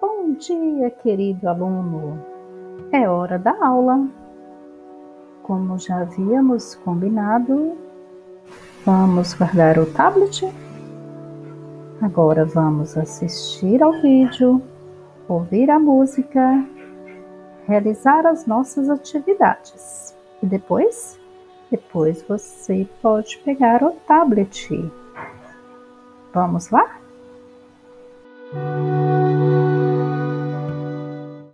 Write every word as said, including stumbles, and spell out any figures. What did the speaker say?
Bom dia, querido aluno. É hora da aula. Como já havíamos combinado, vamos guardar o tablet. Agora vamos assistir ao vídeo, ouvir a música, realizar as nossas atividades. E depois, depois você pode pegar o tablet. Vamos lá?